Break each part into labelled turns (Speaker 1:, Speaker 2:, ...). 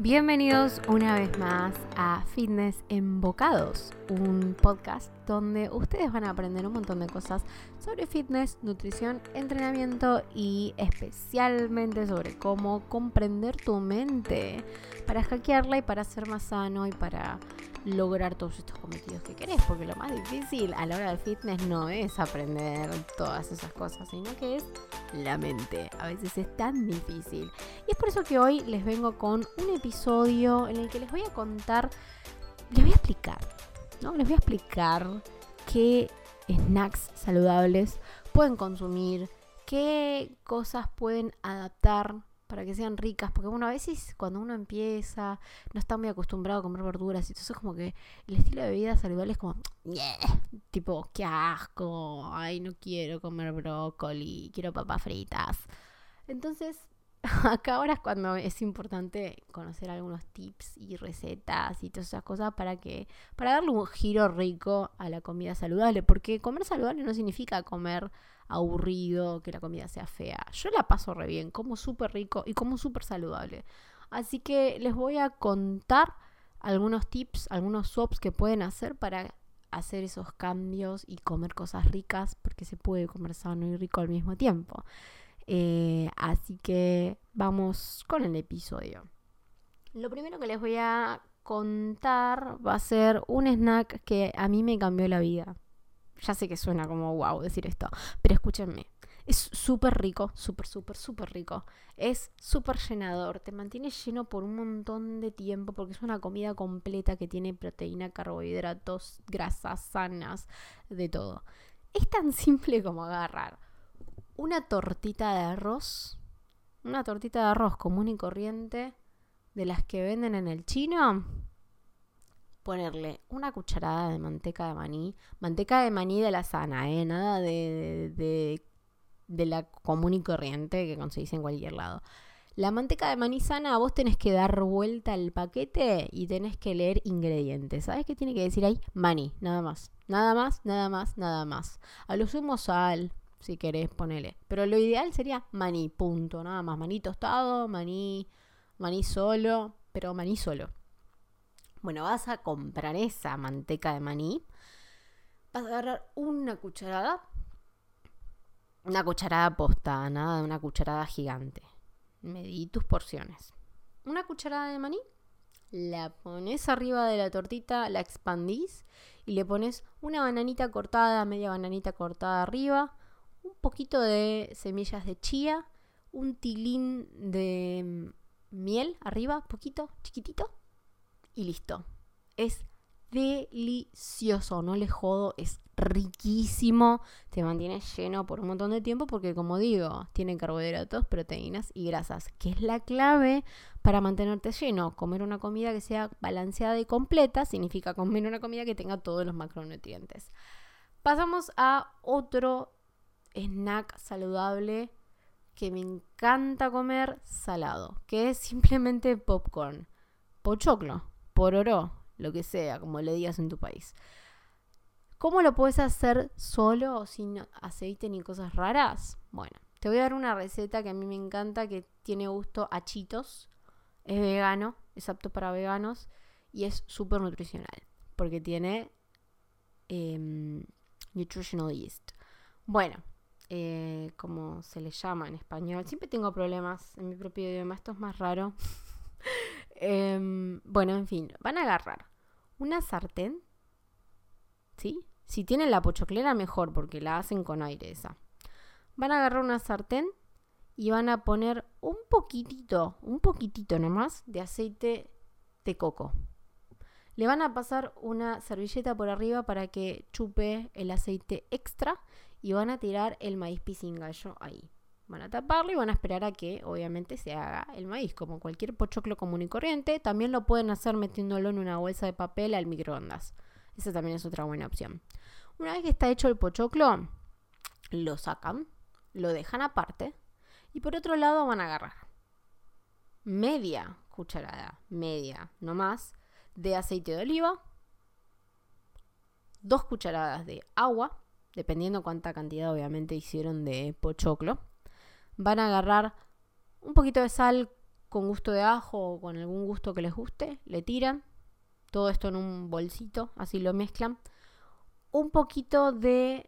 Speaker 1: Bienvenidos una vez más a Fitness en Bocados, un podcast donde ustedes van a aprender un montón de cosas sobre fitness, nutrición, entrenamiento y especialmente sobre cómo comprender tu mente para hackearla y para ser más sano y para lograr todos estos cometidos que querés, porque lo más difícil a la hora del fitness no es aprender todas esas cosas, sino que es la mente. A veces es tan difícil. Y es por eso que hoy les vengo con un episodio en el que les voy a contar, les voy a explicar qué snacks saludables pueden consumir, qué cosas pueden adaptar para que sean ricas, porque bueno, a veces cuando uno empieza no está muy acostumbrado a comer verduras y todo eso es como que el estilo de vida saludable es como tipo, qué asco, ay, no quiero comer brócoli, quiero papas fritas. Entonces acá ahora es cuando es importante conocer algunos tips y recetas y todas esas cosas para darle un giro rico a la comida saludable, porque comer saludable no significa comer aburrido, que la comida sea fea. Yo la paso re bien, como súper rico y como súper saludable. Así que les voy a contar algunos tips, algunos swaps que pueden hacer para hacer esos cambios y comer cosas ricas, porque se puede comer sano y rico al mismo tiempo. Así que vamos con el episodio. Lo primero que les voy a contar va a ser un snack que a mí me cambió la vida. Ya sé que suena como wow decir esto, pero escúchenme. Es súper rico, súper rico. Es súper llenador, te mantiene lleno por un montón de tiempo porque es una comida completa que tiene proteína, carbohidratos, grasas sanas, de todo. Es tan simple como agarrar una tortita de arroz común y corriente, de las que venden en el chino, ponerle una cucharada de manteca de maní de la sana, nada de la común y corriente que conseguís en cualquier lado. La manteca de maní sana, vos tenés que dar vuelta al paquete y tenés que leer ingredientes. ¿Sabés qué tiene que decir ahí? Maní, nada más. A lo sumo sal, si querés, ponele. Pero lo ideal sería maní, punto, nada más. Maní tostado, maní solo, pero maní solo. Bueno, vas a comprar esa manteca de maní. Vas a agarrar una cucharada posta, nada de una cucharada gigante. Medí tus porciones. Una cucharada de maní, la pones arriba de la tortita, la expandís y le pones una bananita cortada, media bananita cortada arriba, un poquito de semillas de chía, un tilín de miel arriba, poquito, chiquitito, y listo. Es delicioso, no les jodo, es riquísimo, te mantiene lleno por un montón de tiempo porque, como digo, tiene carbohidratos, proteínas y grasas, que es la clave para mantenerte lleno. Comer una comida que sea balanceada y completa significa comer una comida que tenga todos los macronutrientes. Pasamos a otro snack saludable que me encanta comer salado, que es simplemente popcorn, pochoclo, pororó, lo que sea, como le digas en tu país. ¿Cómo lo puedes hacer solo, sin aceite ni cosas raras? Bueno, te voy a dar una receta que a mí me encanta, que tiene gusto a Cheetos. Es vegano, es apto para veganos y es súper nutricional, porque tiene nutritional yeast. Bueno, como se le llama en español. Siempre tengo problemas en mi propio idioma, esto es más raro. Bueno, en fin, van a agarrar una sartén, ¿sí? Si tienen la pochoclera, mejor, porque la hacen con aire esa. Van a agarrar una sartén y van a poner un poquitito nomás de aceite de coco. Le van a pasar una servilleta por arriba para que chupe el aceite extra y van a tirar el maíz pisingallo ahí. Van a taparlo y van a esperar a que, obviamente, se haga el maíz. Como cualquier pochoclo común y corriente, también lo pueden hacer metiéndolo en una bolsa de papel al microondas. Esa también es otra buena opción. Una vez que está hecho el pochoclo, lo sacan, lo dejan aparte y por otro lado van a agarrar media cucharada, no más, de aceite de oliva, 2 cucharadas de agua, dependiendo cuánta cantidad obviamente hicieron de pochoclo. Van a agarrar un poquito de sal con gusto de ajo o con algún gusto que les guste, le tiran. Todo esto en un bolsito, así lo mezclan. Un poquito de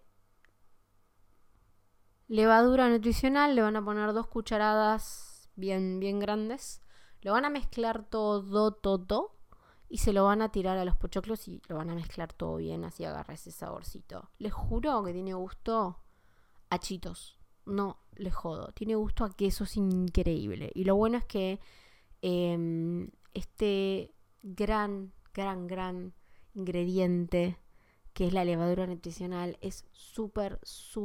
Speaker 1: levadura nutricional, le van a poner 2 cucharadas bien grandes. Lo van a mezclar todo y se lo van a tirar a los pochoclos y lo van a mezclar todo bien, así agarra ese saborcito. Les juro que tiene gusto a Cheetos. No les jodo, tiene gusto a queso, es increíble. Y lo bueno es que este gran ingrediente que es la levadura nutricional es súper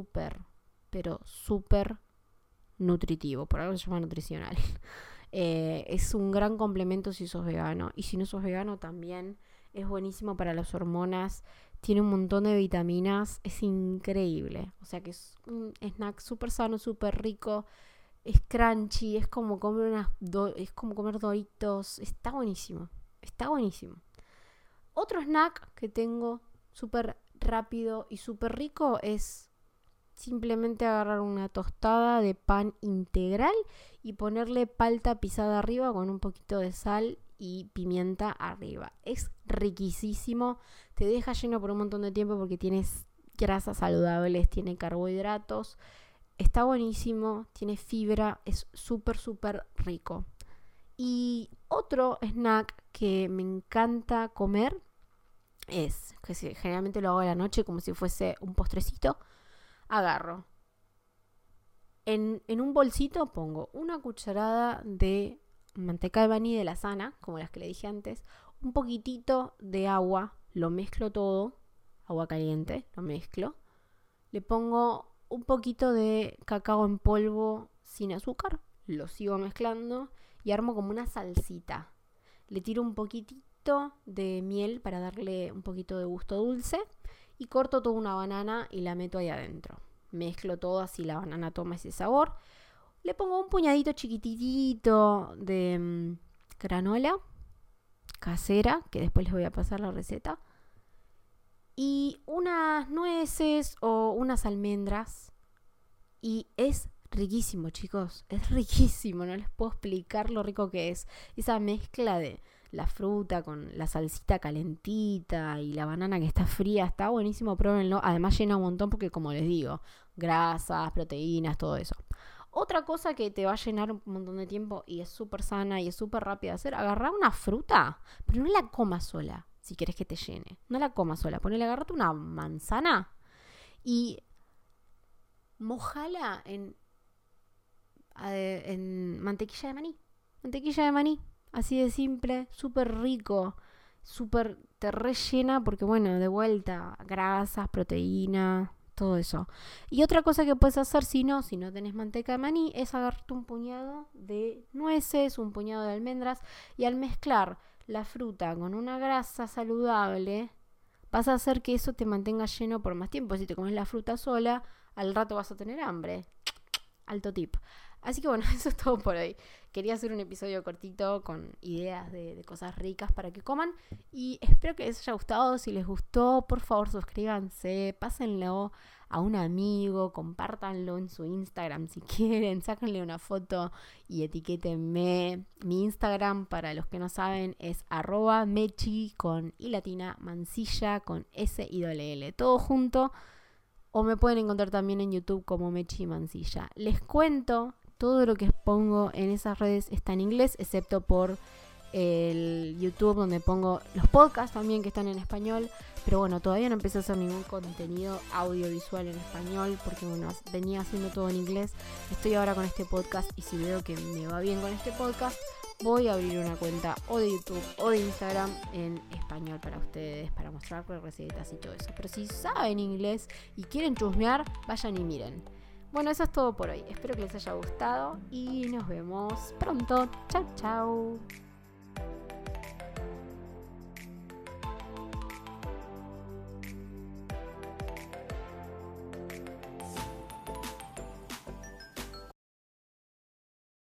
Speaker 1: nutritivo, por algo se llama nutricional. Es un gran complemento si sos vegano, y si no sos vegano también es buenísimo para las hormonas, tiene un montón de vitaminas, es increíble. O sea que es un snack súper sano, súper rico, es crunchy, es como comer Doritos, está buenísimo. Otro snack que tengo súper rápido y súper rico es simplemente agarrar una tostada de pan integral y ponerle palta pisada arriba con un poquito de sal y pimienta arriba. Es riquísimo, te deja lleno por un montón de tiempo porque tienes grasas saludables, tiene carbohidratos, está buenísimo, tiene fibra, es súper rico. Y otro snack que me encanta comer es, que generalmente lo hago a la noche como si fuese un postrecito, agarro. En un bolsito pongo una cucharada de manteca de maní de la sana, como las que le dije antes, un poquitito de agua, lo mezclo todo, agua caliente, lo mezclo. Le pongo un poquito de cacao en polvo sin azúcar, lo sigo mezclando y armo como una salsita. Le tiro un poquitito de miel para darle un poquito de gusto dulce y corto toda una banana y la meto ahí adentro. Mezclo todo así la banana toma ese sabor. Le pongo un puñadito chiquitito de granola casera, que después les voy a pasar la receta. Y unas nueces o unas almendras. Y es riquísimo, chicos. Es riquísimo. No les puedo explicar lo rico que es. Esa mezcla de la fruta con la salsita calentita y la banana que está fría. Está buenísimo, pruébenlo. Además llena un montón porque, como les digo, grasas, proteínas, todo eso. Otra cosa que te va a llenar un montón de tiempo y es súper sana y es súper rápida de hacer, agarrar una fruta, pero no la comas sola, si querés que te llene. No la comas sola, agarrate una manzana y mojala en mantequilla de maní. Mantequilla de maní, así de simple, súper rico, súper te rellena porque, bueno, de vuelta, grasas, proteína, todo eso. Y otra cosa que puedes hacer si no tenés manteca de maní es agarrarte un puñado de nueces, un puñado de almendras y al mezclar la fruta con una grasa saludable vas a hacer que eso te mantenga lleno por más tiempo. Si te comes la fruta sola, al rato vas a tener hambre. Alto tip. Así que bueno, eso es todo por hoy. Quería hacer un episodio cortito con ideas de cosas ricas para que coman y espero que les haya gustado. Si les gustó, por favor suscríbanse, pásenlo a un amigo, compártanlo en su Instagram si quieren, sáquenle una foto y etiquétenme. Mi Instagram, para los que no saben, es @mechi con i latina, mancilla con s y l, todo junto. O me pueden encontrar también en YouTube como Mechi Mancilla. Les cuento, todo lo que expongo en esas redes está en inglés, excepto por el YouTube donde pongo los podcasts también que están en español. Pero bueno, todavía no empecé a hacer ningún contenido audiovisual en español porque bueno, venía haciendo todo en inglés. Estoy ahora con este podcast y si veo que me va bien con este podcast, voy a abrir una cuenta o de YouTube o de Instagram en español para ustedes, para mostrarles recetas y todo eso. Pero si saben inglés y quieren chusmear, vayan y miren. Bueno, eso es todo por hoy. Espero que les haya gustado y nos vemos pronto. Chau, chau.